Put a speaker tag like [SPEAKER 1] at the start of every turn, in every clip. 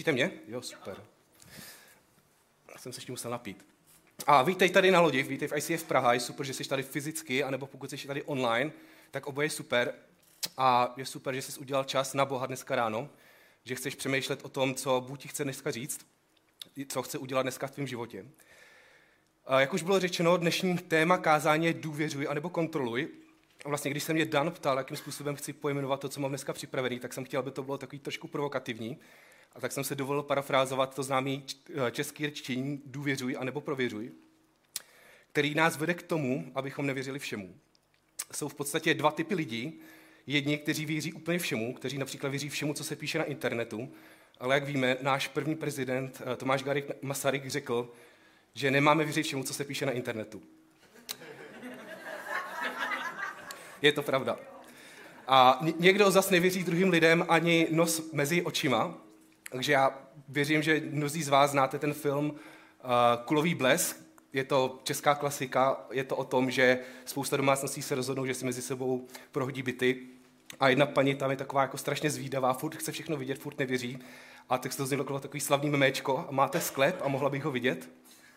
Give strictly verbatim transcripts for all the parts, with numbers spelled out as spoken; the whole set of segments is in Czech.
[SPEAKER 1] Slyšíte mě? Jo, super. Já jsem se ještě musel napít. A vítej tady na lodi, vítej v I C F Praha, je super, že jsi tady fyzicky, anebo pokud jsi tady online, tak oboje je super. A je super, že jsi udělal čas na Boha dneska ráno, že chceš přemýšlet o tom, co Bůh ti chce dneska říct, co chce udělat dneska v tvém životě. A jak už bylo řečeno, dnešní téma kázání je důvěřuj anebo kontroluj. A vlastně, když se mě Dan ptal, jakým způsobem chci pojmenovat to, co mám dneska připravený, tak jsem chtěl, aby to bylo takový trošku provokativní. A tak jsem se dovolil parafrázovat to známý český řečtění důvěřuj anebo prověřuj, který nás vede k tomu, abychom nevěřili všemu. Jsou v podstatě dva typy lidí. Jedni, kteří věří úplně všemu, kteří například věří všemu, co se píše na internetu, ale jak víme, náš první prezident Tomáš Garrigue Masaryk řekl, že nemáme věřit všemu, co se píše na internetu. Je to pravda. A někdo zas nevěří druhým lidem ani nos mezi očima, takže já věřím, že mnozí z vás znáte ten film uh, Kulový blesk. Je to česká klasika, je to o tom, že spousta domácností se rozhodnou, že si mezi sebou prohodí byty a jedna paní tam je taková jako strašně zvídavá, furt chce všechno vidět, furt nevěří a tak se to vzniklo takový slavný memečko a máte sklep a mohla bych ho vidět.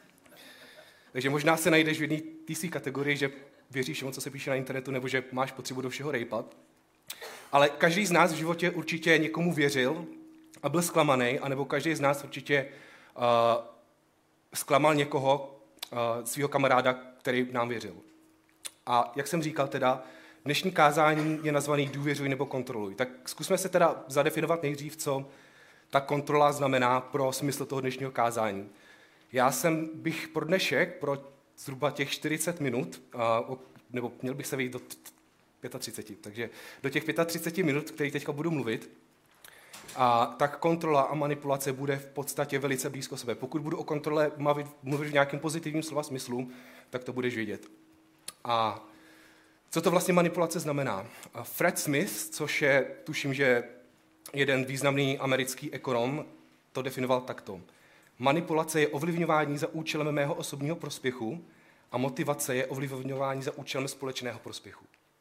[SPEAKER 1] Takže možná se najdeš v jedné té své kategorii, že věříš všemu, co se píše na internetu, nebo že máš potřebu do všeho rejpat. Ale každý z nás v životě určitě někomu věřil a byl zklamaný, anebo každý z nás určitě uh, zklamal někoho, uh, svého kamaráda, který nám věřil. A jak jsem říkal teda, dnešní kázání je nazvaný důvěřuj nebo kontroluj. Tak zkusme se teda zadefinovat nejdřív, co ta kontrola znamená pro smysl toho dnešního kázání. Já jsem bych pro dnešek, pro zhruba těch čtyřicet minut, uh, nebo měl bych se vejít do třicet pět, takže do těch třicet pět minut, který teďka budu mluvit, a tak kontrola a manipulace bude v podstatě velice blízko sebe. Pokud budu o kontrole mluvit, mluvit v nějakém pozitivním slova smyslu, tak to budeš vědět. A co to vlastně manipulace znamená? Fred Smith, což je, tuším, že jeden významný americký ekonom, to definoval takto. Manipulace je ovlivňování za účelem mého osobního prospěchu a motivace je ovlivňování za účelem společného prospěchu.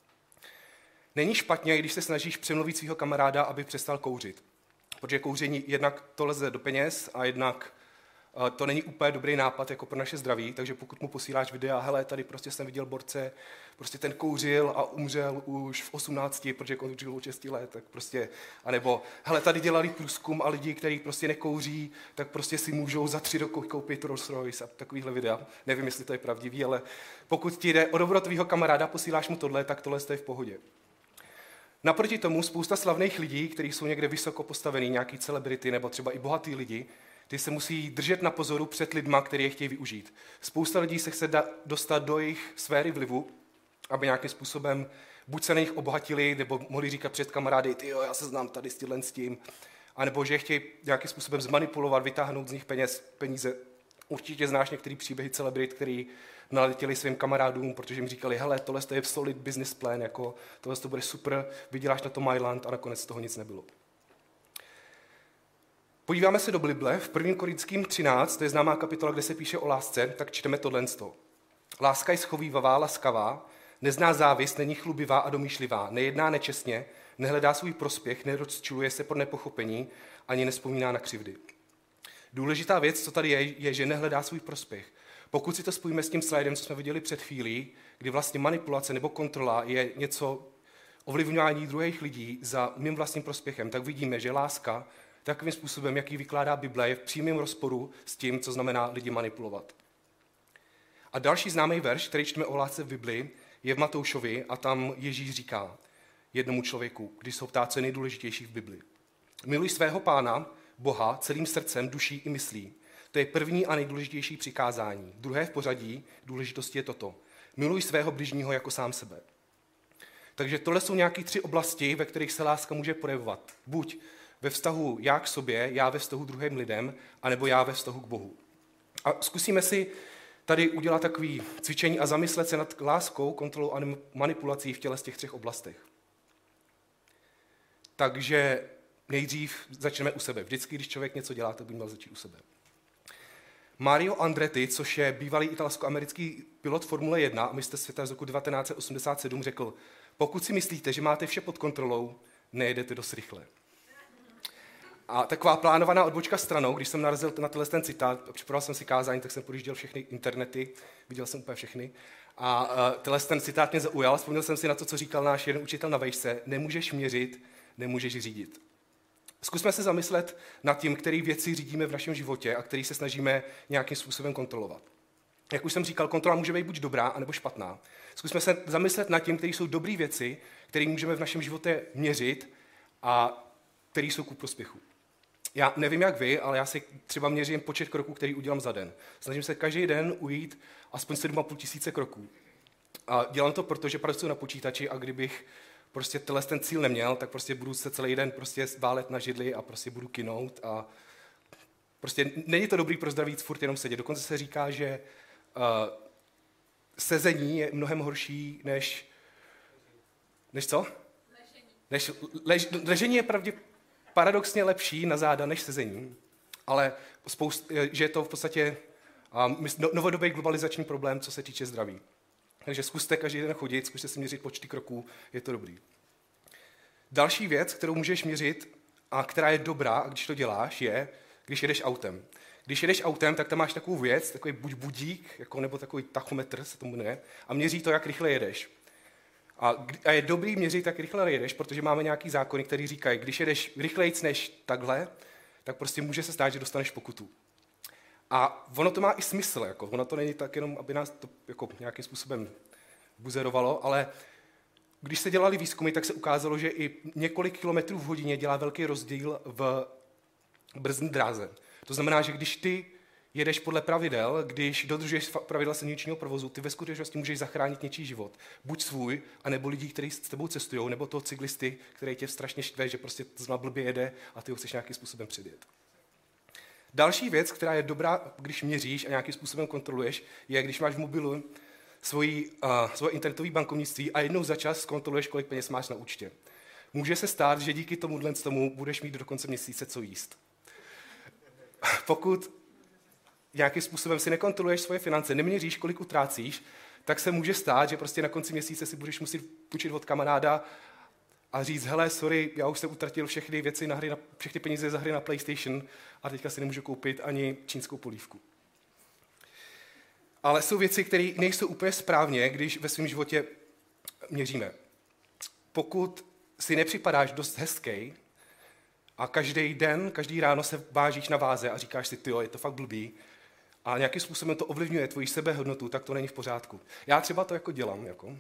[SPEAKER 1] Není špatně, když se snažíš přemluvit svého kamaráda, aby přestal kouřit. Protože kouření jednak to leze do peněz a jednak uh, to není úplně dobrý nápad jako pro naše zdraví, takže pokud mu posíláš videa, hele, tady prostě jsem viděl borce, prostě ten kouřil a umřel už v osmnácti, protože kouřil od šesti let, tak prostě, anebo, hele, tady dělali průzkum a lidi, kteří prostě nekouří, tak prostě si můžou za tři roky koupit Rolls Royce a takovýhle videa. Nevím, jestli to je pravdivý, ale pokud ti jde o dobro tvýho kamaráda, posíláš mu tohle, tak tohle je v pohodě. Naproti tomu spousta slavných lidí, kteří jsou někde vysoko postavení, nějaký celebrity nebo třeba i bohatý lidi, ty se musí držet na pozoru před lidma, kteří je chtějí využít. Spousta lidí se chce dostat do jejich sféry vlivu, aby nějakým způsobem buď se na nich obohatili, nebo mohli říkat před kamarády, ty jo, já se znám tady s tímhle s tím, anebo že je chtějí nějakým způsobem zmanipulovat, vytáhnout z nich peněz, peníze. Určitě znáš některý příběhy celebrit, který naletěli svým kamarádům, protože jim říkali, hele, tohle je solid business plan, jako tohle to bude super, vyděláš na to Myland a nakonec z toho nic nebylo. Podíváme se do Bible, v prvním Korinským třináct, to je známá kapitola, kde se píše o lásce, tak čteme tohle. Láska je schovívavá, laskavá, nezná závist, není chlubivá a domýšlivá, nejedná nečestně, nehledá svůj prospěch, nerozčiluje se pro nepochopení, ani nespomíná na křivdy. Důležitá věc, co tady je, je, že nehledá svůj prospěch. Pokud si to spojíme s tím slidem, co jsme viděli před chvílí, kdy vlastně manipulace nebo kontrola je něco ovlivňování druhých lidí za mým vlastním prospěchem, tak vidíme, že láska takovým způsobem, jaký vykládá Bible, je v přímém rozporu s tím, co znamená lidi manipulovat. A další známý verš, který čteme o lásce v Bibli, je v Matoušovi a tam Ježíš říká jednomu člověku, když se ho ptá, co je nejdůležitější v Bibli. Miluj svého Pána, Boha, celým srdcem, duší i myslí. To je první a nejdůležitější přikázání. Druhé v pořadí důležitosti je toto. Miluj svého bližního jako sám sebe. Takže tohle jsou nějaké tři oblasti, ve kterých se láska může projevovat. Buď ve vztahu já k sobě, já ve vztahu druhým lidem, anebo já ve vztahu k Bohu. A zkusíme si tady udělat takové cvičení a zamyslet se nad láskou, kontrolou a manipulací v těle z těch třech oblastech. Takže nejdřív začneme u sebe. Vždycky, když člověk něco dělá, tak by měl začít u sebe. Mario Andretti, což je bývalý italsko-americký pilot Formule jedna a mistr světa z roku devatenáct set osmdesát sedm, řekl, pokud si myslíte, že máte vše pod kontrolou, nejedete dost rychle. A taková plánovaná odbočka stranou, když jsem narazil na tenhle ten citát, připravil jsem si kázání, tak jsem projížděl všechny internety, viděl jsem úplně všechny. A uh, tenhle ten citát mě zaujal, vzpomněl jsem si na to, co říkal náš jeden učitel na vejšce, nemůžeš měřit, nemůžeš řídit. Zkusme se zamyslet nad tím, který věci řídíme v našem životě a který se snažíme nějakým způsobem kontrolovat. Jak už jsem říkal, kontrola může být buď dobrá, anebo špatná. Zkusme se zamyslet nad tím, které jsou dobré věci, které můžeme v našem životě měřit a které jsou ku prospěchu. Já nevím, jak vy, ale já si třeba měřím počet kroků, který udělám za den. Snažím se každý den ujít aspoň sedm a půl tisíce kroků. A dělám to, protože pracuji na počítači a kdybych prostě tenhle ten cíl neměl, tak prostě budu se celý den prostě válet na židli a prostě budu kinout a prostě není to dobrý pro zdraví furt jenom sedět. Dokonce se říká, že uh, sezení je mnohem horší než... Než co?
[SPEAKER 2] Ležení.
[SPEAKER 1] Než, lež, ležení je pravdě paradoxně lepší na záda než sezení, ale spoust, že je to v podstatě um, novodobý globalizační problém, co se týče zdraví. Takže zkuste každý den chodit, zkuste si měřit počty kroků, je to dobrý. Další věc, kterou můžeš měřit a která je dobrá, a když to děláš, je, když jedeš autem. Když jedeš autem, tak tam máš takovou věc, takový buď budík, jako, nebo takový tachometr se tomu jmenuje, a měří to, jak rychle jedeš. A, a je dobrý měřit, jak rychle jedeš, protože máme nějaký zákony, které říkají, když jedeš rychlejc než takhle, tak prostě může se stát, že dostaneš pokutu. A ono to má i smysl, jako, ono to není tak jenom, aby nás to jako nějakým způsobem buzerovalo, ale když se dělali výzkumy, tak se ukázalo, že i několik kilometrů v hodině dělá velký rozdíl v brzdní dráze. To znamená, že když ty jedeš podle pravidel, když dodržuješ pravidla silničního provozu, ty ve skutečnosti můžeš zachránit něčí život. Buď svůj, anebo lidí, kteří s tebou cestují, nebo toho cyklisty, který tě strašně štve, že prostě zna blbě jede a ty ho chceš nějakým způsobem předjet. Další věc, která je dobrá, když měříš a nějakým způsobem kontroluješ, je, když máš v mobilu svoji, uh, svoje internetové bankovnictví a jednou za čas zkontroluješ, kolik peněz máš na účtě. Může se stát, že díky tomuhle tomu budeš mít do konce měsíce co jíst. Pokud nějakým způsobem si nekontroluješ svoje finance, neměříš, kolik utrácíš, tak se může stát, že prostě na konci měsíce si budeš muset půjčit od kamaráda a říct, hele, sorry, já už jsem utratil všechny věci na hry, na, všechny peníze za hry na PlayStation a teďka si nemůžu koupit ani čínskou polívku. Ale jsou věci, které nejsou úplně správně, když ve svém životě měříme. Pokud si nepřipadáš dost hezký a každý den, každý ráno se vážíš na váze a říkáš si, tyjo, je to fakt blbý, a nějakým způsobem to ovlivňuje tvoji sebehodnotu, tak to není v pořádku. Já třeba to jako dělám. Jako.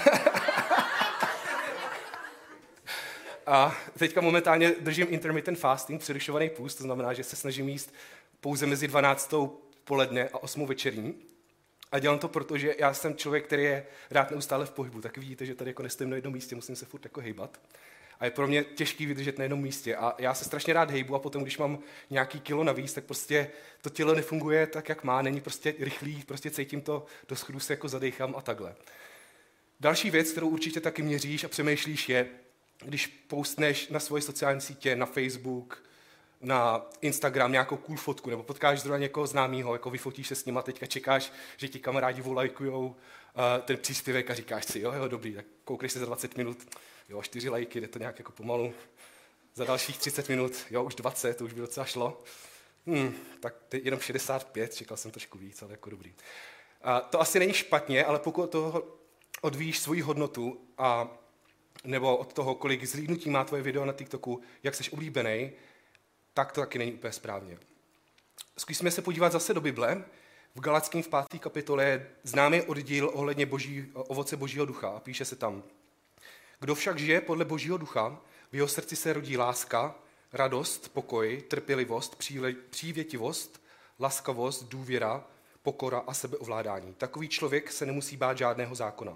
[SPEAKER 1] A teďka momentálně držím intermittent fasting, přerušovaný půst, to znamená, že se snažím jíst pouze mezi dvanáctou poledne a osmou večerní. A dělám to proto, že já jsem člověk, který je rád neustále v pohybu. Tak vidíte, že tady jako nestojím na jednom místě, musím se furt jako hejbat. A je pro mě těžký vydržet na jednom místě. A já se strašně rád hejbu a potom, když mám nějaký kilo navíc, tak prostě to tělo nefunguje tak, jak má, není prostě rychlý, prostě cítím to, do schodu se jako zadechám a takhle. Další věc, kterou určitě taky měříš a přemýšlíš, je, když postneš na svoje sociální sítě, na Facebook, na Instagram nějakou cool fotku, nebo potkáš zrovna někoho známého, jako vyfotíš se s ním a teďka čekáš, že ti kamarádi volajkujou uh, ten příspěvek a říkáš si, jo, jo, dobrý, tak koukneš se za dvacet minut, jo, čtyři lajky, jde to nějak jako pomalu, za dalších třicet minut, jo, už dvacet, to už by docela šlo. Hmm, tak teď jenom šedesát pět, čekal jsem trošku víc, ale jako dobrý. Uh, to asi není špatně, ale pokud od toho odvíjíš svoji hodnotu a nebo od toho, kolik zhlídnutí má tvoje video na TikToku, jak jsi oblíbený, tak to taky není úplně správně. Zkusíme se podívat zase do Bible. V Galackým v páté kapitole je známý oddíl ohledně boží, ovoce Božího ducha a píše se tam. Kdo však žije podle Božího ducha, v jeho srdci se rodí láska, radost, pokoj, trpělivost, přívětivost, laskavost, důvěra, pokora a sebeovládání. Takový člověk se nemusí bát žádného zákona.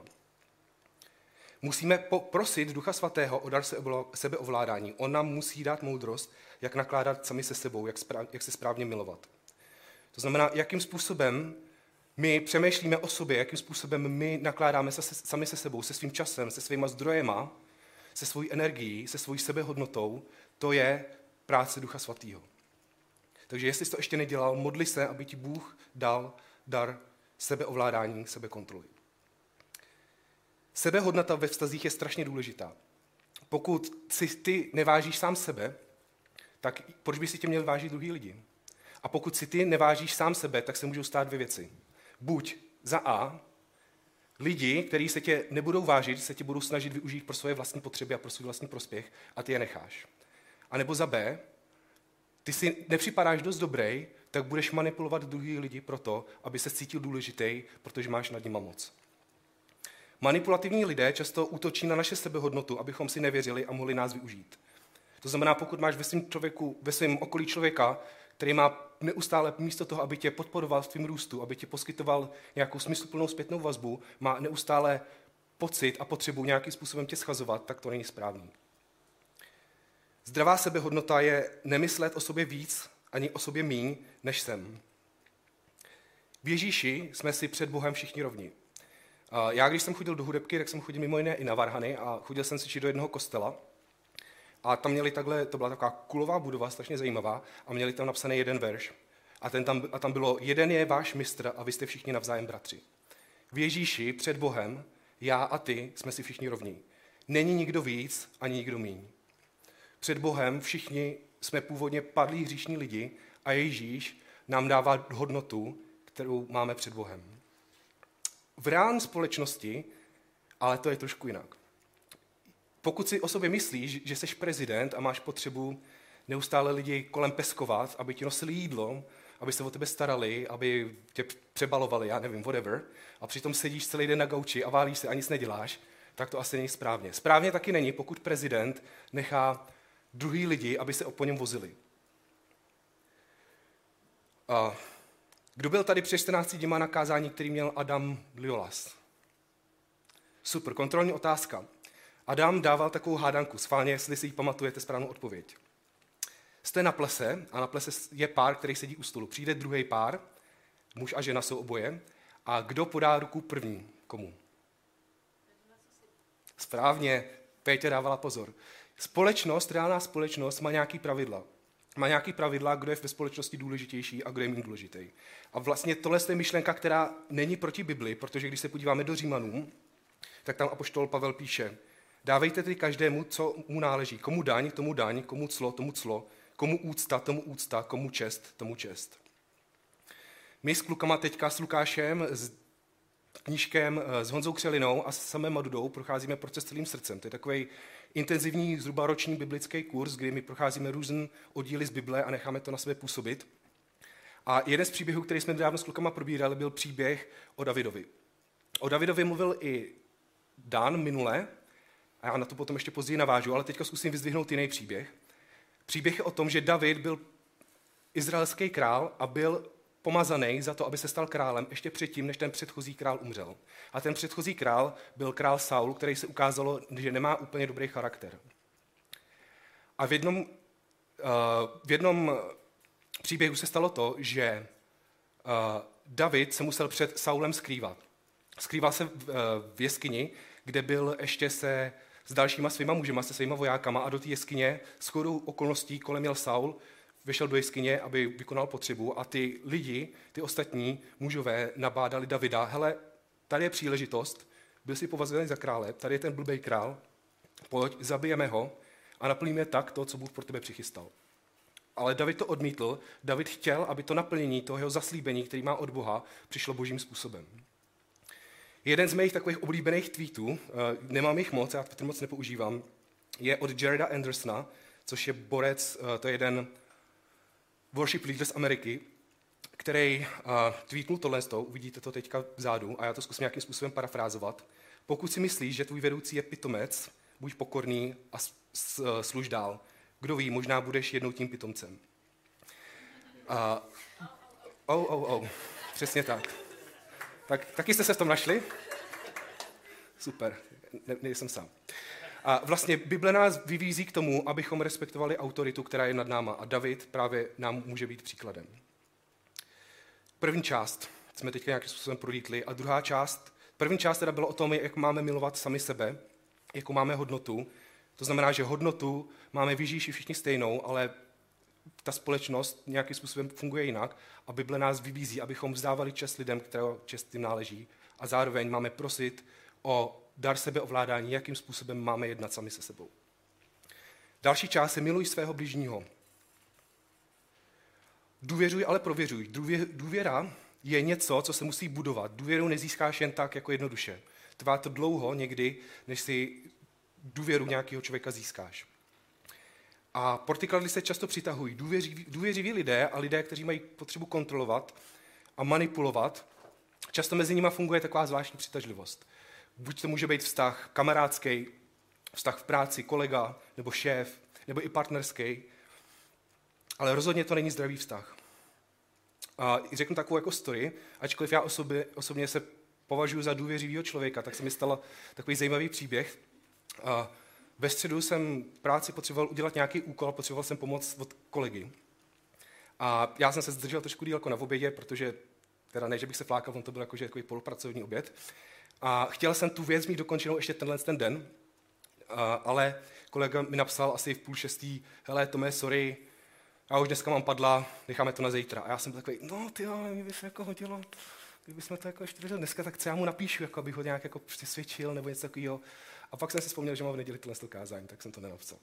[SPEAKER 1] Musíme prosit Ducha Svatého o dar sebeovládání. On nám musí dát moudrost, jak nakládat sami se sebou, jak, správ, jak se správně milovat. To znamená, jakým způsobem my přemýšlíme o sobě, jakým způsobem my nakládáme se, sami se sebou, se svým časem, se svýma zdrojema, se svojí energií, se svojí sebehodnotou, to je práce Ducha Svatého. Takže jestli jsi to ještě nedělal, modli se, aby ti Bůh dal dar sebeovládání, sebekontroly. Sebehodnota ve vztazích je strašně důležitá. Pokud si ty nevážíš sám sebe, tak proč by si tě měl vážit druhý lidi? A pokud si ty nevážíš sám sebe, tak se můžou stát dvě věci. Buď za A, lidi, kteří se tě nebudou vážit, se tě budou snažit využít pro svoje vlastní potřeby a pro svůj vlastní prospěch a ty je necháš. A nebo za B, ty si nepřipadáš dost dobrý, tak budeš manipulovat druhý lidi proto, aby se cítil důležitý, protože máš nad nima moc. Manipulativní lidé často útočí na naše sebehodnotu, abychom si nevěřili a mohli nás využít. To znamená, pokud máš ve svém člověku, ve svém okolí člověka, který má neustále místo toho, aby tě podporoval v tvém růstu, aby ti poskytoval nějakou smysluplnou zpětnou vazbu, má neustále pocit a potřebu nějakým způsobem tě schazovat, tak to není správný. Zdravá sebehodnota je nemyslet o sobě víc ani o sobě míň, než jsem. V Ježíši jsme si před Bohem všichni rovni. Já, když jsem chodil do hudebky, tak jsem chodil mimo jiné i na varhany a chodil jsem si do jednoho kostela. A tam měli takhle, to byla taková kulová budova, strašně zajímavá, a měli tam napsaný jeden verš. A, ten tam, a tam bylo, jeden je váš mistr a vy jste všichni navzájem bratři. V Ježíši před Bohem, já a ty jsme si všichni rovní. Není nikdo víc, ani nikdo míň. Před Bohem všichni jsme původně padlí hříšní lidi a Ježíš nám dává hodnotu, kterou máme před Bohem. V reálné společnosti, ale to je trošku jinak. Pokud si o sobě myslíš, že jsi prezident a máš potřebu neustále lidi kolem peskovat, aby ti nosili jídlo, aby se o tebe starali, aby tě přebalovali, já nevím, whatever, a přitom sedíš celý den na gauči a válíš se a nic neděláš, tak to asi není správně. Správně taky není, pokud prezident nechá druhý lidi, aby se po něm vozili. A kdo byl tady před čtrnácti dněma na kázání, který měl Adam Liolas? Super, kontrolní otázka. Adam dával takovou hádanku, schválně, jestli si ji pamatujete správnou odpověď. Jste na plese a na plese je pár, který sedí u stolu. Přijde druhý pár, muž a žena jsou oboje, a kdo podá ruku první? Komu? Správně, Pétě dávala pozor. Společnost, reálná společnost má nějaký pravidla. Má nějaký pravidla, kdo je ve společnosti důležitější a kdo je méně důležitý. A vlastně tohle je myšlenka, která není proti Bibli, protože když se podíváme do Římanů, tak tam apoštol Pavel píše, dávejte tedy každému, co mu náleží. Komu daň, tomu daň, komu clo, tomu clo, komu úcta, tomu úcta, komu čest, tomu čest. My s klukama teďka s Lukášem, s Knížkem, s Honzou Křelinou a s samým Madudou procházíme proces celým srdcem. To je takový intenzivní, zhruba roční biblický kurz, kdy my procházíme různé oddíly z Bible a necháme to na sebe působit. A jeden z příběhů, který jsme nedávno s klukama probírali, byl příběh o Davidovi. O Davidovi mluvil i Dan minule, a já na to potom ještě později navážu, ale teďka zkusím vyzdvihnout jiný příběh. Příběh je o tom, že David byl izraelský král a byl pomazaný za to, aby se stal králem ještě předtím, než ten předchozí král umřel. A ten předchozí král byl král Saul, který se ukázalo, že nemá úplně dobrý charakter. A v jednom, uh, v jednom příběhu se stalo to, že uh, David se musel před Saulem skrývat. Skrýval se v, uh, v jeskyni, kde byl ještě se s dalšíma svýma mužema, se svýma vojákama, a do té jeskyně shodou okolností kolem jel Saul, vyšel do jeskyně, aby vykonal potřebu, a ty lidi, ty ostatní mužové nabádali Davida, hele, tady je příležitost, byl si považovaný za krále, tady je ten blbej král, pojď, zabijeme ho a naplníme tak to, co Bůh pro tebe přichystal. Ale David to odmítl, David chtěl, aby to naplnění toho jeho zaslíbení, který má od Boha, přišlo božím způsobem. Jeden z mých takových oblíbených tweetů, nemám jich moc, já to moc nepoužívám, je od Jareda Andersona, což je borec, to je jeden worship leader z Ameriky, který tweetnul tohle, uvidíte to teďka vzadu, a já to zkusím nějakým způsobem parafrázovat. Pokud si myslíš, že tvůj vedoucí je pitomec, buď pokorný a služ dál. Kdo ví, možná budeš jednou tím pitomcem. A, oh, oh, oh, přesně tak. tak. Taky jste se v tom našli? Super, ne, nejsem sám. A vlastně Bible nás vyvízí k tomu, abychom respektovali autoritu, která je nad náma. A David právě nám může být příkladem. První část jsme teď nějakým způsobem prolítli a druhá část, první část teda byla o tom, jak máme milovat sami sebe, jakou máme hodnotu. To znamená, že hodnotu máme v Ježíši všichni stejnou, ale ta společnost nějakým způsobem funguje jinak a Bible nás vybízí, abychom vzdávali čest lidem, kterého čest jim náleží, a zároveň máme prosit o dar sebeovládání, jakým způsobem máme jednat sami se sebou. Další část je miluj svého bližního. Důvěřuj, ale prověřuj. Důvě, důvěra je něco, co se musí budovat. Důvěru nezískáš jen tak jako jednoduše. Trvá to dlouho někdy, než si důvěru nějakého člověka získáš. A protikladly se často přitahují. Důvěřiví, důvěřiví lidé a lidé, kteří mají potřebu kontrolovat a manipulovat, často mezi nimi funguje taková zvláštní přitažlivost. Buď to může být vztah kamarádský, vztah v práci, kolega nebo šéf, nebo i partnerský, ale rozhodně to není zdravý vztah. A řeknu takovou jako story, ačkoliv já osobě, osobně se považuji za důvěřivého člověka, tak se mi stal takový zajímavý příběh. A ve středu jsem v práci potřeboval udělat nějaký úkol, potřeboval jsem pomoc od kolegy. A já jsem se zdržel trošku díl jako na obědě, protože, teda ne, že bych se flákal, on to byl jako, že takový polopracovní oběd. A chtěl jsem tu věc mít dokončenou ještě tenhle ten den, a, ale kolega mi napsal asi v půl šestý, hele, Tome, sorry, já už dneska mám padla, necháme to na zítra. A já jsem byl takový, no ty jo, mě by se jako hodilo, kdybychom to jako ještě viděli dneska, tak co já mu napíšu, jako abych ho nějak jako přesvědčil nebo něco takového. A pak jsem si vzpomněl, že mám v neděli tohle kázání, tak jsem to nenapsal.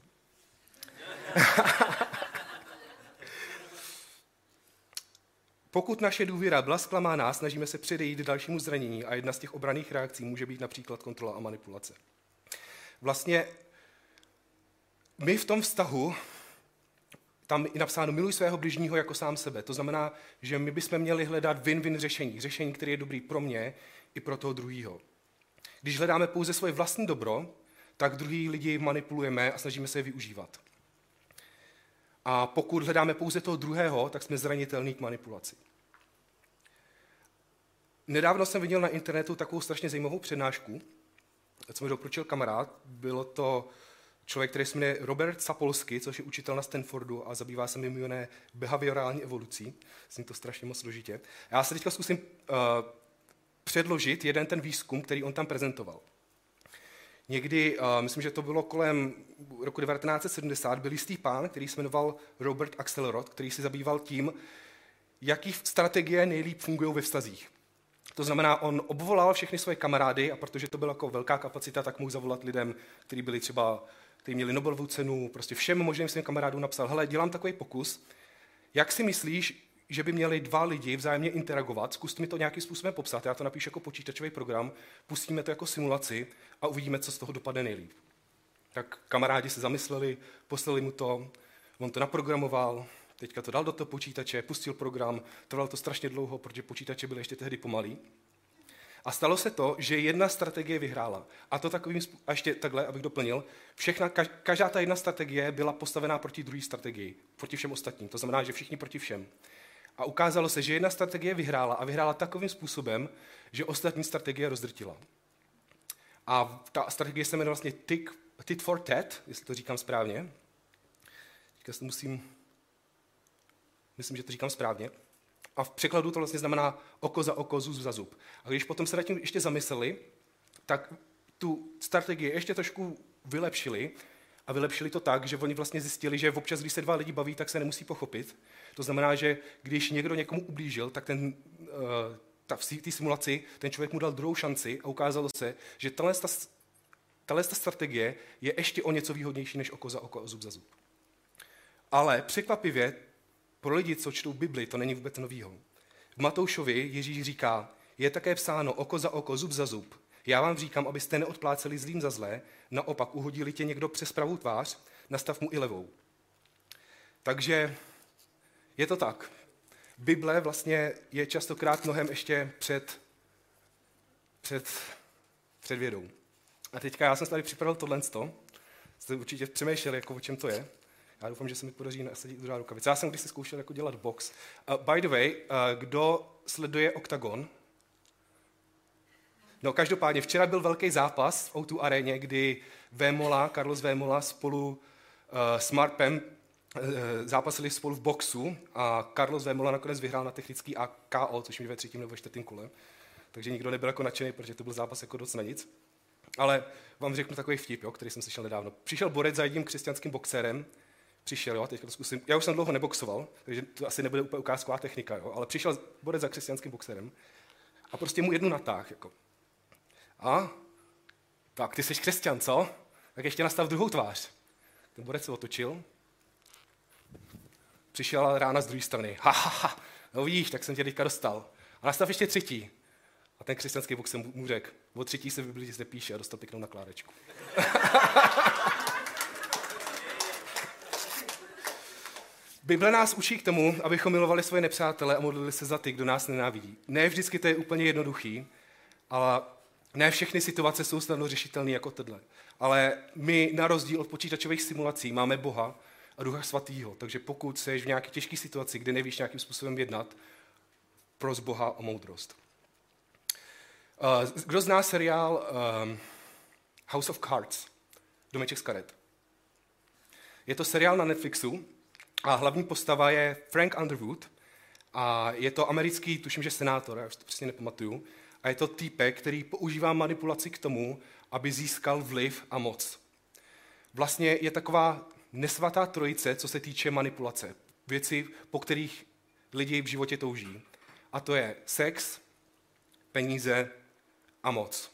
[SPEAKER 1] Pokud naše důvěra byla zklamána, snažíme se předejít dalšímu zranění a jedna z těch obranných reakcí může být například kontrola a manipulace. Vlastně my v tom vztahu, tam je napsáno miluj svého bližního jako sám sebe. To znamená, že my bychom měli hledat win-win řešení. Řešení, které je dobrý pro mě i pro toho druhého. Když hledáme pouze svoje vlastní dobro, tak druhý lidi manipulujeme a snažíme se je využívat. A pokud hledáme pouze toho druhého, tak jsme zranitelní k manipulaci. Nedávno jsem viděl na internetu takovou strašně zajímavou přednášku, co mi doporučil kamarád. Bylo to člověk, který se jmenuje Robert Sapolsky, což je učitel na Stanfordu a zabývá se mimo jiné behaviorální evolucí. Zní to strašně moc složitě. Já se teďka zkusím uh, předložit jeden ten výzkum, který on tam prezentoval. Někdy, uh, myslím, že to bylo kolem roku devatenáct set sedmdesát, byl jistý pán, který se jmenoval Robert Axelrod, který se zabýval tím, jaký strategie nejlíp fungují ve vztazích. To znamená, on obvolal všechny svoje kamarády a protože to byla jako velká kapacita, tak mohl zavolat lidem, kteří byli třeba, kteří měli Nobelovu cenu, prostě všem možným svým kamarádům napsal, hele, dělám takový pokus, jak si myslíš, že by měli dva lidi vzájemně interagovat, zkus mi to nějakým způsobem popsat, já to napíšu jako počítačový program, pustíme to jako simulaci a uvidíme, co z toho dopadne nejlíp. Tak kamarádi se zamysleli, poslali mu to, on to naprogramoval, teďka to dal do toho počítače, pustil program, trvalo to strašně dlouho, protože počítače byly ještě tehdy pomalý. A stalo se to, že jedna strategie vyhrála. A to takovým, a ještě takhle, abych doplnil, všechna, každá ta jedna strategie byla postavená proti druhé strategii, proti všem ostatním. To znamená, že všichni proti všem. A ukázalo se, že jedna strategie vyhrála a vyhrála takovým způsobem, že ostatní strategie rozdrtila. A ta strategie se jmenuje vlastně tit, tit for tat, jestli to říkám správně. Teďka se musím... Myslím, že to říkám správně. A v překladu to vlastně znamená oko za oko, zub za zub. A když potom se nad tím ještě zamysleli, tak tu strategii ještě trošku vylepšili a vylepšili to tak, že oni vlastně zjistili, že občas, když se dva lidi baví, tak se nemusí pochopit. To znamená, že když někdo někomu ublížil, tak ten, ta, v té simulaci ten člověk mu dal druhou šanci a ukázalo se, že tahle, tahle strategie je ještě o něco výhodnější než oko za oko a zub za zub. Ale překvapivě pro lidi, co čtou Bibli, to není vůbec novýho. V Matoušovi Ježíš říká, je také psáno oko za oko, zub za zub. Já vám říkám, abyste neodpláceli zlým za zlé, naopak uhodili tě někdo přes pravou tvář, nastav mu i levou. Takže je to tak. Bible vlastně je častokrát mnohem ještě před, před, před vědou. A teďka já jsem tady připravil tohle, jste určitě přemýšleli, jako o čem to je. Já doufám, že se mi podaří nasadit druhá rukavice. Já jsem když si zkoušel jako dělat box. Uh, by the way, uh, kdo sleduje Octagon? No, každopádně, včera byl velký zápas v O dva aréně, kdy Vémola, Carlos Vémola spolu uh, s Marpem uh, zápasili spolu v boxu a Carlos Vémola nakonec vyhrál na technický a K O, což mi ve třetím nebo čtvrtém kole. Takže nikdo nebyl jako nadšený, protože to byl zápas jako dost na nic. Ale vám řeknu takový vtip, jo, který jsem slyšel nedávno. Přišel borec za jedním křesťanským boxérem, přišel, jo, teďka to zkusím. Já už jsem dlouho neboxoval, takže to asi nebude úplně ukázková technika, jo, ale přišel borec za křesťanským boxerem a prostě mu jednu natáh, jako. A tak, ty jsi křesťan, co? Tak ještě nastav druhou tvář. Ten borec se otočil, Přišel rána z druhé strany. Ha, ha, ha, no víš, tak jsem tě teďka dostal. A nastav ještě třetí. A ten křesťanský Bůh jsem mu řekl, o třetí se v Biblii nepíše a dostal pěknou nakládečku. Bible nás učí k tomu, abychom milovali svoje nepřátele a modlili se za ty, kdo nás nenávidí. Ne vždycky to je úplně jednoduchý, ale ne všechny situace jsou snadno řešitelné jako tohle. Ale my na rozdíl od počítačových simulací máme Boha a Ducha Svatýho. Takže pokud jsi v nějaké těžké situaci, kde nevíš nějakým způsobem jednat, pros Boha o moudrost. Uh, kdo zná seriál um, House of Cards? Domeček z karet. Je to seriál na Netflixu a hlavní postava je Frank Underwood a je to americký, tuším, že senátor, já už to přesně nepamatuju, a je to týpek, který používá manipulaci k tomu, aby získal vliv a moc. Vlastně je taková nesvatá trojice, co se týče manipulace. Věci, po kterých lidi v životě touží. A to je sex, peníze a moc.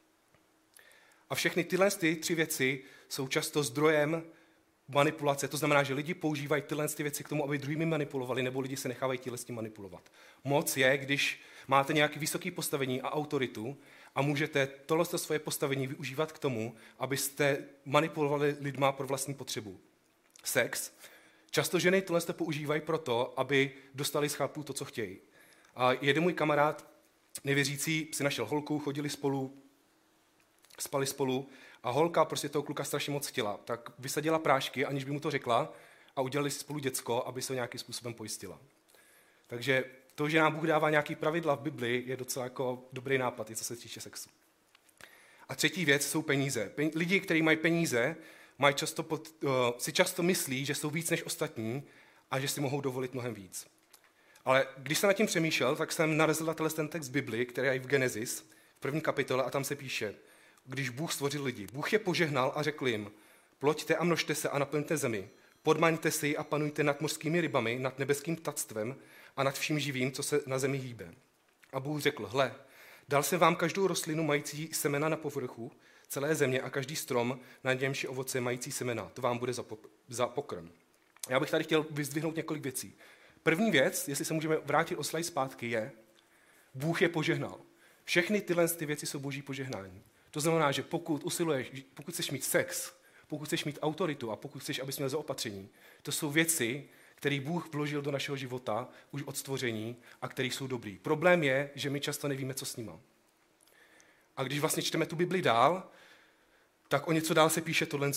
[SPEAKER 1] A všechny tyhle ty tři věci jsou často zdrojem manipulace. To znamená, že lidi používají tyhle ty věci k tomu, aby druhými manipulovali, nebo lidi se nechávají tíhle s tím manipulovat. Moc je, když máte nějaké vysoké postavení a autoritu a můžete tohle svoje postavení využívat k tomu, abyste manipulovali lidma pro vlastní potřebu. Sex. Často ženy tohle používají proto, aby dostali z chlapů to, co chtějí. A jeden můj kamarád, nevěřící, si našel holku, chodili spolu, spali spolu a holka prostě toho kluka strašně moc chtěla. Tak vysadila prášky, aniž by mu to řekla a udělali si spolu děcko, aby se nějakým způsobem pojistila. Takže to, že nám Bůh dává nějaký pravidla v Biblii, je docela jako dobrý nápad, i co se týče sexu. A třetí věc jsou peníze. Pen- lidi, kteří mají peníze, mají často pod, uh, si často myslí, že jsou víc než ostatní a že si mohou dovolit mnohem víc. Ale když jsem nad tím přemýšlel, tak jsem narazil na ten text Bibli, který je v Genesis, v první kapitole, a tam se píše, když Bůh stvořil lidi. Bůh je požehnal a řekl jim, ploďte a množte se a naplňte zemi, podmaňte si a panujte nad mořskými rybami, nad nebeským ptactvem a nad vším živým, co se na zemi hýbe. A Bůh řekl, hle, dal jsem vám každou rostlinu mající semena na povrchu celé země a každý strom, na němž je ovoce mající semena. To vám bude za, pop- za pokrm. Já bych tady chtěl vyzdvihnout několik věcí. První věc, jestli se můžeme vrátit o slide zpátky, je, Bůh je požehnal. Všechny tyhle ty věci jsou boží požehnání. To znamená, že pokud usiluješ, pokud chceš mít sex, pokud chceš mít autoritu a pokud chceš, abys měl zaopatření, to jsou věci, které Bůh vložil do našeho života už od stvoření a které jsou dobrý. Problém je, že my často nevíme, co s nima. A když vlastně čteme tu Bibli dál, tak o něco dál se píše tohle.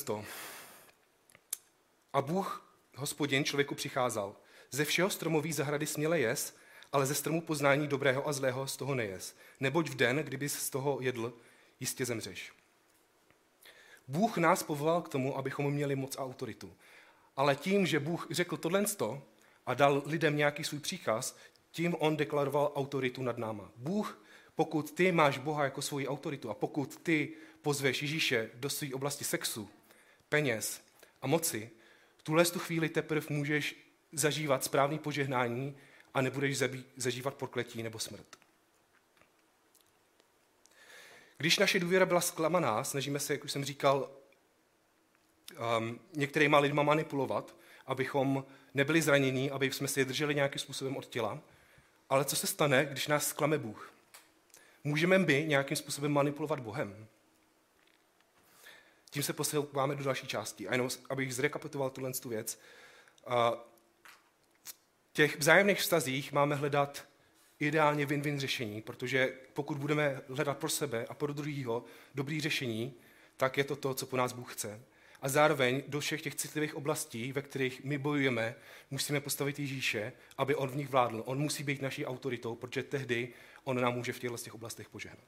[SPEAKER 1] A Bůh, Hospodin, člověku přicházel. Ze všeho stromoví zahrady směle jes, ale ze stromu poznání dobrého a zlého z toho nejes. Neboť v den, kdyby z toho jedl, jistě zemřeš. Bůh nás povolal k tomu, abychom měli moc a autoritu. Ale tím, že Bůh řekl tohle a dal lidem nějaký svůj příkaz, tím on deklaroval autoritu nad náma. Bůh, pokud ty máš Boha jako svoji autoritu a pokud ty pozveš Ježíše do své oblasti sexu, peněz a moci, v tuhle tu chvíli teprve můžeš zažívat správný požehnání a nebudeš zažívat prokletí nebo smrt. Když naše důvěra byla zklamaná, snažíme se, jak už jsem říkal, um, některýma lidma manipulovat, abychom nebyli zranění, aby jsme si je drželi nějakým způsobem od těla. Ale co se stane, když nás zklame Bůh? Můžeme my nějakým způsobem manipulovat Bohem? Tím se posouváme do další části. A jenom, abych zrekapituloval tuhle tu věc, uh, v těch vzájemných vztazích máme hledat ideálně win-win řešení, protože pokud budeme hledat pro sebe a pro druhýho dobrý řešení, tak je to to, co po nás Bůh chce. A zároveň do všech těch citlivých oblastí, ve kterých my bojujeme, musíme postavit Ježíše, aby on v nich vládl. On musí být naší autoritou, protože tehdy on nám může v těchto těch oblastech požehnat.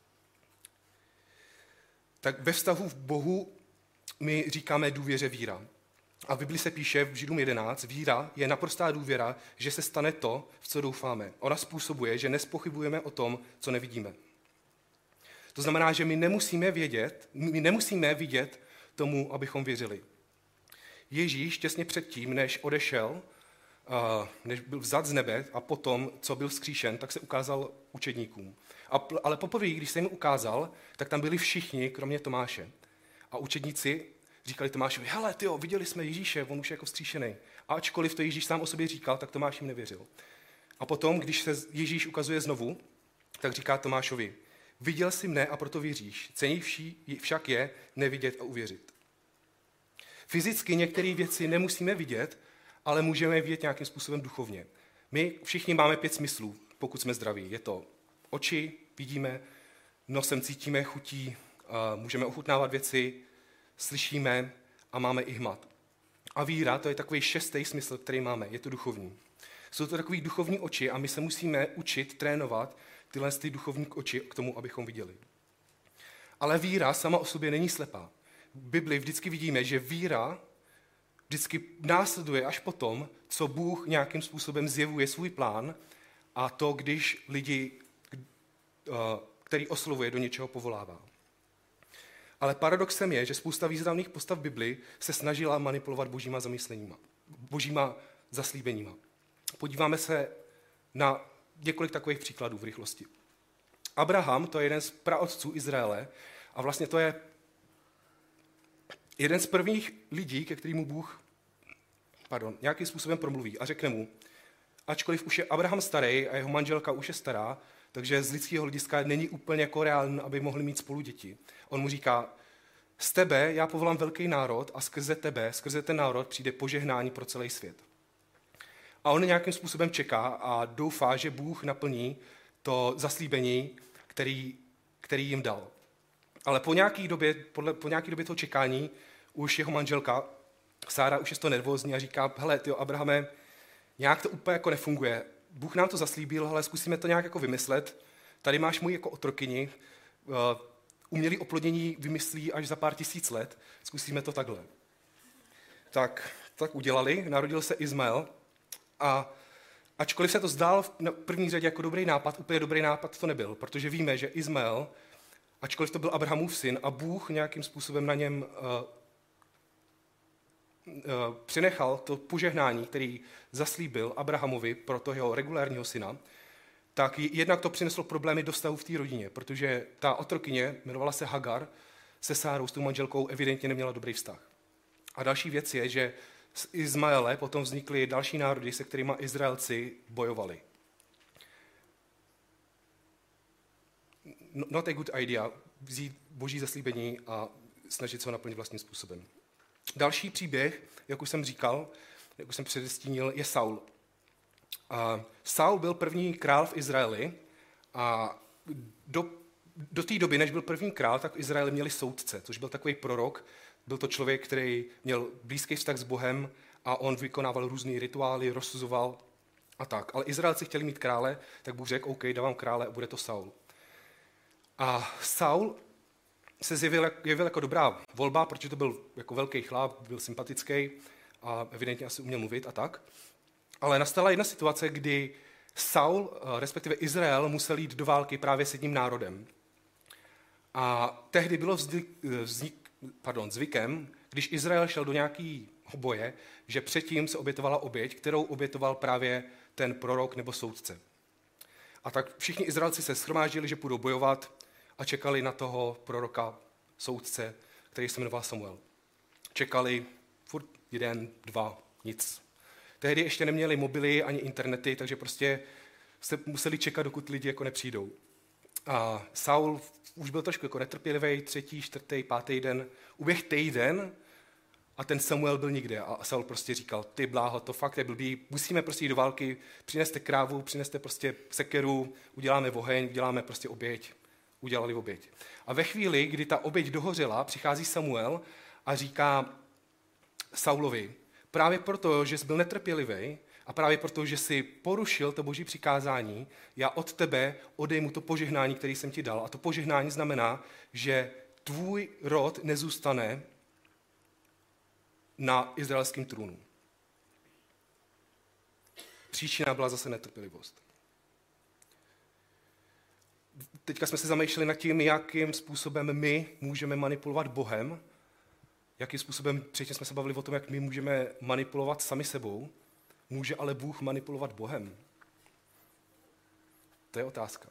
[SPEAKER 1] Tak ve vztahu v Bohu my říkáme důvěře víra. A v Bibli se píše v Židům jedenáct, víra je naprostá důvěra, že se stane to, v co doufáme. Ona způsobuje, že nespochybujeme o tom, co nevidíme. To znamená, že my nemusíme vědět, my nemusíme vidět tomu, abychom věřili. Ježíš těsně předtím, než odešel, než byl vzat z nebe a potom, co byl vzkříšen, tak se ukázal učedníkům. Ale poprvé, když se jim ukázal, tak tam byli všichni, kromě Tomáše. A učedníci říkali Tomášovi, hele, tyjo, viděli jsme Ježíše, on už je jako vzkříšený. A ačkoliv to Ježíš sám o sobě říkal, tak Tomáš jim nevěřil. A potom, když se Ježíš ukazuje znovu, tak říká Tomášovi, viděl jsi mne a proto věříš. Cennější však je nevidět a uvěřit. Fyzicky některé věci nemusíme vidět, ale můžeme je vidět nějakým způsobem duchovně. My všichni máme pět smyslů, pokud jsme zdraví. Je to oči, vidíme, nosem cítíme, chutí, můžeme ochutnávat věci, slyšíme a máme i hmat. A víra, to je takový šestý smysl, který máme, je to duchovní. Jsou to takový duchovní oči a my se musíme učit, trénovat tyhle ty duchovní oči k tomu, abychom viděli. Ale víra sama o sobě není slepá. V Bibli vždycky vidíme, že víra vždycky následuje až potom, co Bůh nějakým způsobem zjevuje svůj plán a to, když lidi, který oslovuje, do něčeho povolává. Ale paradoxem je, že spousta významných postav v Bibli se snažila manipulovat božíma zamysleníma, božíma zaslíbeníma. Podíváme se na několik takových příkladů v rychlosti. Abraham, to je jeden z praotců Izraele a vlastně to je jeden z prvních lidí, ke kterému Bůh pardon, nějakým způsobem promluví a řekne mu, ačkoliv už je Abraham starý a jeho manželka už je stará, takže z lidského hlediska není úplně jako reálný, aby mohli mít spolu děti. On mu říká, z tebe já povolám velký národ a skrze tebe, skrze ten národ přijde požehnání pro celý svět. A on nějakým způsobem čeká a doufá, že Bůh naplní to zaslíbení, který, který jim dal. Ale po nějaké době, podle, po nějaké době toho čekání už jeho manželka, Sára, už je to nervózní a říká, hele, tyjo, Abrahame, nějak to úplně jako nefunguje. Bůh nám to zaslíbil, ale zkusíme to nějak jako vymyslet. Tady máš můj jako otrokyni, uh, umělý oplodnění vymyslí až za pár tisíc let, zkusíme to takhle. Tak, tak udělali, narodil se Izmael a ačkoliv se to zdál v první řadě jako dobrý nápad, úplně dobrý nápad to nebyl, protože víme, že Izmael, ačkoliv to byl Abrahamův syn a Bůh nějakým způsobem na něm uh, uh, přenechal to požehnání, který zaslíbil Abrahamovi pro toho jeho regulárního syna, tak jednak to přineslo problémy do vztahu v té rodině, protože ta otrokyně, jmenovala se Hagar, se Sárou, s tou manželkou, evidentně neměla dobrý vztah. A další věc je, že z Izmaele potom vznikly další národy, se kterými Izraelci bojovali. Not a good idea, vzít boží zaslíbení a snažit se ho naplnit vlastním způsobem. Další příběh, jak už jsem říkal, jak už jsem předestínil, je Saul. A Saul byl první král v Izraeli a do, do té doby, než byl první král, tak v Izraeli měli soudce, což byl takový prorok. Byl to člověk, který měl blízký vztah s Bohem a on vykonával různé rituály, rozsuzoval a tak. Ale Izraelci chtěli mít krále, tak Bůh řekl, OK, dávám krále a bude to Saul. A Saul se zjevil, zjevil jako dobrá volba, protože to byl jako velký chlap, byl sympatický a evidentně asi uměl mluvit a tak. Ale nastala jedna situace, kdy Saul, respektive Izrael, musel jít do války právě s jedním národem. A tehdy bylo vznik, vznik, pardon, zvykem, když Izrael šel do nějakého boje, že předtím se obětovala oběť, kterou obětoval právě ten prorok nebo soudce. A tak všichni Izraelci se shromáždili, že půjdou bojovat a čekali na toho proroka, soudce, který se jmenoval Samuel. Čekali furt jeden, dva, nic. Tehdy ještě neměli mobily ani internety, takže prostě se museli čekat, dokud lidi jako nepřijdou. A Saul už byl trošku jako netrpělivý, třetí, čtvrtý, pátý den. Uběh týden a ten Samuel byl nikde. A Saul prostě říkal, ty bláho, to fakt je blbý, musíme prostě jít do války, přineste krávu, přineste prostě sekeru, uděláme oheň, uděláme prostě oběť. Udělali oběť. A ve chvíli, kdy ta oběť dohořela, přichází Samuel a říká Saulovi, právě proto, že jsi byl netrpělivý a právě proto, že jsi porušil to boží přikázání, já od tebe odejmu to požehnání, který jsem ti dal. A to požehnání znamená, že tvůj rod nezůstane na izraelském trůnu. Příčina byla zase netrpělivost. Teďka jsme se zamýšleli nad tím, jakým způsobem my můžeme manipulovat Bohem, jakým způsobem, předtím jsme se bavili o tom, jak my můžeme manipulovat sami sebou, může ale Bůh manipulovat Bohem? To je otázka.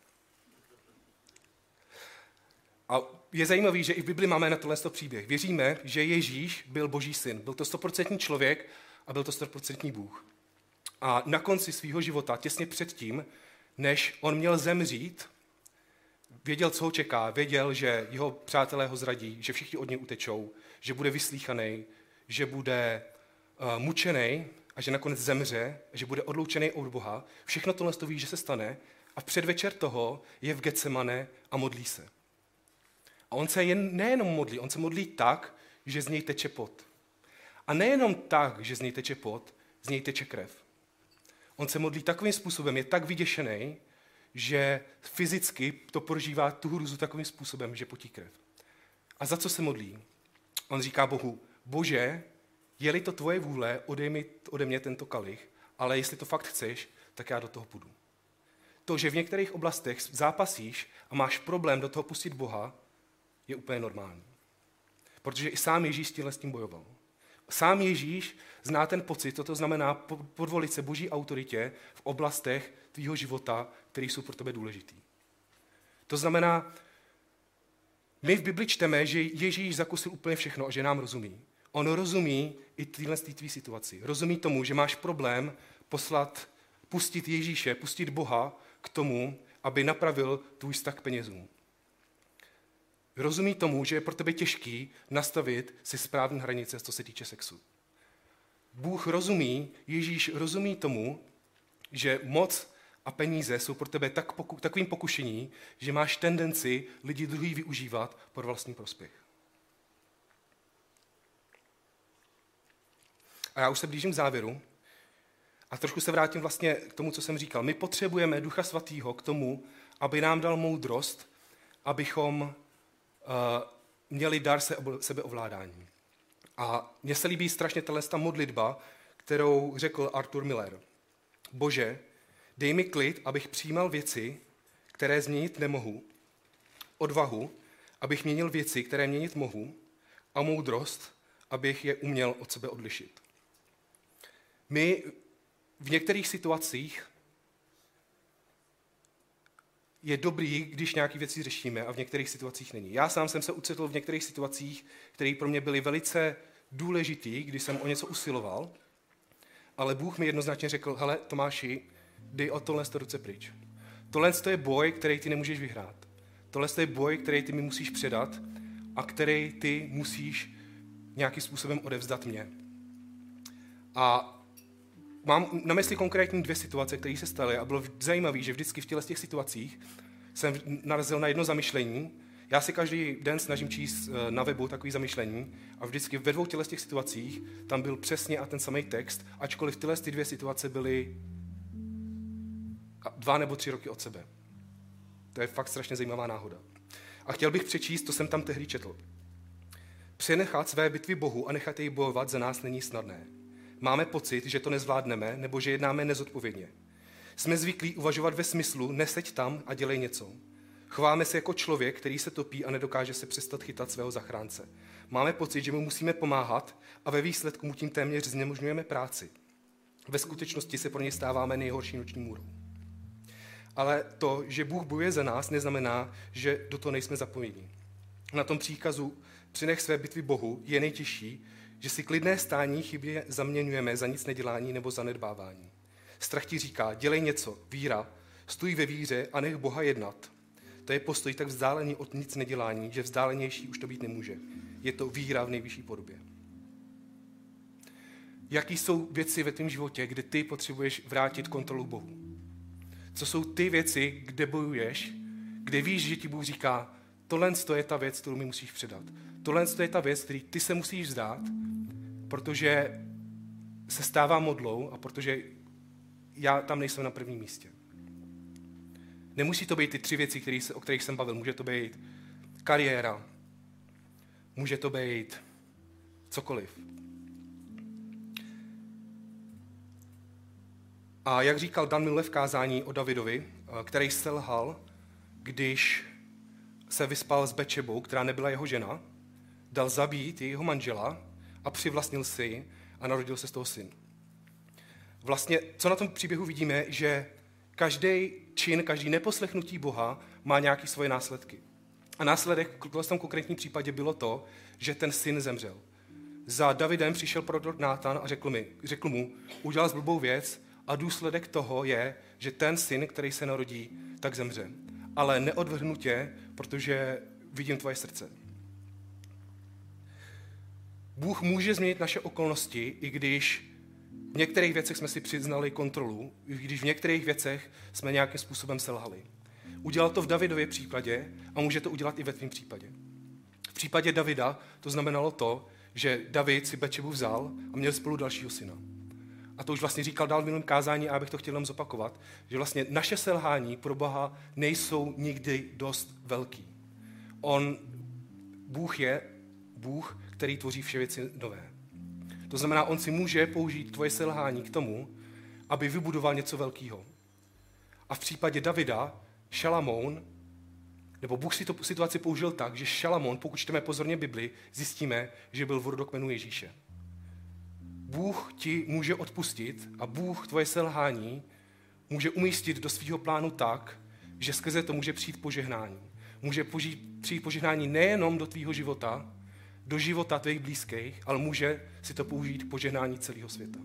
[SPEAKER 1] A je zajímavý, že i v Bibli máme na tohle příběh. Věříme, že Ježíš byl Boží syn. Byl to stoprocentní člověk a byl to stoprocentní Bůh. A na konci svého života, těsně předtím, než on měl zemřít, věděl, co ho čeká, věděl, že jeho přátelé ho zradí, že všichni od něj utečou, že bude vyslíchaný, že bude uh, mučený a že nakonec zemře, že bude odloučený od Boha. Všechno tohle to ví, že se stane a v předvečer toho je v Getsemane a modlí se. A on se jen, nejenom modlí, on se modlí tak, že z něj teče pot. A nejenom tak, že z něj teče pot, z něj teče krev. On se modlí takovým způsobem, je tak vyděšený, že fyzicky to prožívá tu hrůzu takovým způsobem, že potí krev. A za co se modlí? On říká Bohu, Bože, je-li to tvoje vůle, odej mi ode mě tento kalich, ale jestli to fakt chceš, tak já do toho půjdu. To, že v některých oblastech zápasíš a máš problém do toho pustit Boha, je úplně normální. Protože i sám Ježíš s tím bojoval. Sám Ježíš zná ten pocit, co to znamená podvolit se Boží autoritě v oblastech tvýho života, které jsou pro tebe důležitý. To znamená, my v Bibli čteme, že Ježíš zakusil úplně všechno a že nám rozumí. On rozumí i téhle tvý situaci. Rozumí tomu, že máš problém poslat, pustit Ježíše, pustit Boha k tomu, aby napravil tvůj vztah k penězům. Rozumí tomu, že je pro tebe těžký nastavit si správné hranice, co se týče sexu. Bůh rozumí, Ježíš rozumí tomu, že moc a peníze jsou pro tebe tak poku, takovým pokušení, že máš tendenci lidi druhý využívat pro vlastní prospěch. A já už se blížím k závěru a trošku se vrátím vlastně k tomu, co jsem říkal. My potřebujeme Ducha Svatého k tomu, aby nám dal moudrost, abychom uh, měli dar se, sebeovládání. A mně se líbí strašně tato modlitba, kterou řekl Arthur Miller. Bože, dej mi klid, abych přijímal věci, které změnit nemohu, odvahu, abych měnil věci, které měnit mohu, a moudrost, abych je uměl od sebe odlišit. My v některých situacích je dobrý, když nějaké věci řešíme a v některých situacích není. Já sám jsem se ucitl v některých situacích, které pro mě byly velice důležitý, když jsem o něco usiloval, ale Bůh mi jednoznačně řekl, hele Tomáši, dej o tohle ruce pryč. Tohle je boj, který ty nemůžeš vyhrát. Tohle je boj, který ty mi musíš předat a který ty musíš nějakým způsobem odevzdat mě. A mám na mysli konkrétní dvě situace, které se staly a bylo zajímavé, že vždycky v těchto těch situacích jsem narazil na jedno zamyšlení. Já si každý den snažím číst na webu takový zamyšlení a vždycky ve dvou těchto těch situacích tam byl přesně a ten samý text, ačkoliv tyhle ty dvě situace byly dva nebo tři roky od sebe. To je fakt strašně zajímavá náhoda. A chtěl bych přečíst, to jsem tam tehdy četl. Přenechat své bitvy Bohu a nechat jej bojovat za nás není snadné. Máme pocit, že to nezvládneme nebo že jednáme nezodpovědně. Jsme zvyklí uvažovat ve smyslu neseď tam a dělej něco. Chováme se jako člověk, který se topí a nedokáže se přestat chytat svého zachránce. Máme pocit, že mu musíme pomáhat a ve výsledku mu tím téměř znemožňujeme práci. Ve skutečnosti se pro ně stáváme nejhorší noční můrou. Ale to, že Bůh bojuje za nás, neznamená, že do toho nejsme zapojeni. Na tom příkazu přinech své bitvy Bohu je nejtěžší, že si klidné stání chybně zaměňujeme za nic nedělání nebo zanedbávání. Strach ti říká, dělej něco, víra, stůj ve víře a nech Boha jednat. To je postoj tak vzdálený od nic nedělání, že vzdálenější už to být nemůže. Je to víra v nejvyšší podobě. Jaký jsou věci ve tvém životě, kde ty potřebuješ vrátit kontrolu Bohu? Co jsou ty věci, kde bojuješ, kde víš, že ti Bůh říká, tohle je ta věc, kterou mi musíš předat. Tohle je ta věc, který ty se musíš vzdát, protože se stává modlou a protože já tam nejsem na prvním místě. Nemusí to být ty tři věci, který se, o kterých jsem bavil. Může to být kariéra, může to být cokoliv. A jak říkal Dan Miller v kázání o Davidovi, který selhal, když se vyspal s Bečebou, která nebyla jeho žena, dal zabít jeho manžela a přivlastnil si ji a narodil se z toho syn. Vlastně, co na tom příběhu vidíme, že každý čin, každý neposlechnutí Boha má nějaké svoje následky. A následek v tom konkrétním případě bylo to, že ten syn zemřel. Za Davidem přišel prorok Nátan a řekl, mi, řekl mu, udělal blbou věc a důsledek toho je, že ten syn, který se narodí, tak zemře. Ale neodvrhnu tě, protože vidím tvoje srdce. Bůh může změnit naše okolnosti, i když v některých věcech jsme si přiznali kontrolu, i když v některých věcech jsme nějakým způsobem selhali. Udělal to v Davidově případě a může to udělat i ve tvém případě. V případě Davida to znamenalo to, že David si Bečebu vzal a měl spolu dalšího syna. A to už vlastně říkal dál v minulém kázání a já bych to chtěl jenom zopakovat, že vlastně naše selhání pro Boha nejsou nikdy dost velký. On, Bůh je Bůh, který tvoří vše věci nové. To znamená, on si může použít tvoje selhání k tomu, aby vybudoval něco velkého. A v případě Davida, Šalamoun, nebo Bůh si tu situaci použil tak, že Šalamoun, pokud čteme pozorně Bibli, zjistíme, že byl v rodokmenu Ježíše. Bůh ti může odpustit a Bůh tvoje selhání může umístit do svého plánu tak, že skrze to může přijít požehnání. Může přijít požehnání nejenom do tvýho života, do života tvých blízkých, ale může si to použít k požehnání celého světa.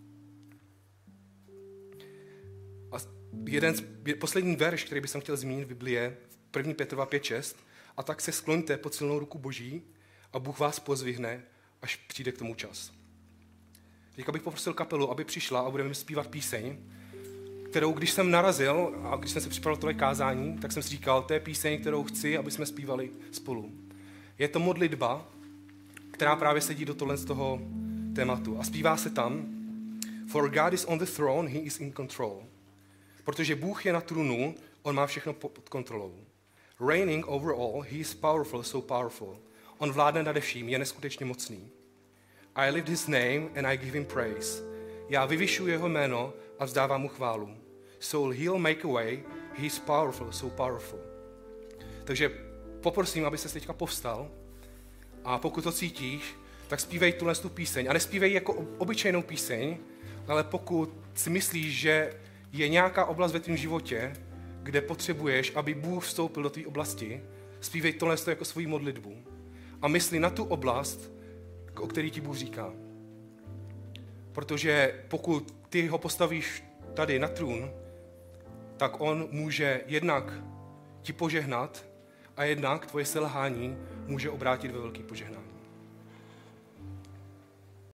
[SPEAKER 1] A jeden z, poslední verš, který bych chtěl zmínit v Biblii, je první Petrova pět šest. A tak se skloňte pod silnou ruku Boží a Bůh vás pozvihne, až přijde k tomu čas. Teďka bych poprosil kapelu, aby přišla a budeme zpívat píseň, kterou když jsem narazil a když jsem se připravil tohle kázání, tak jsem si říkal, to je píseň, kterou chci, aby jsme zpívali spolu. Je to modlitba, která právě sedí do tohle z toho tématu. A zpívá se tam For God is on the throne, he is in control. Protože Bůh je na trůnu, on má všechno pod kontrolou. Reigning over all, he is powerful, so powerful. On vládne nade vším, je neskutečně mocný. I lift his name and I give him praise. Já vyvyšuji jeho jméno a vzdávám mu chválu. So he'll make a way, he is powerful, so powerful. Takže poprosím, aby se teďka povstal a pokud to cítíš, tak zpívej tuhle tu píseň. A nespívej jako obyčejnou píseň, ale pokud si myslíš, že je nějaká oblast ve tvém životě, kde potřebuješ, aby Bůh vstoupil do tvé oblasti, zpívej tohle jako svoji modlitbu. A mysli na tu oblast, o který ti Bůh říká. Protože pokud ty ho postavíš tady na trůn, tak on může jednak ti požehnat a jednak tvoje selhání může obrátit ve velké požehnání.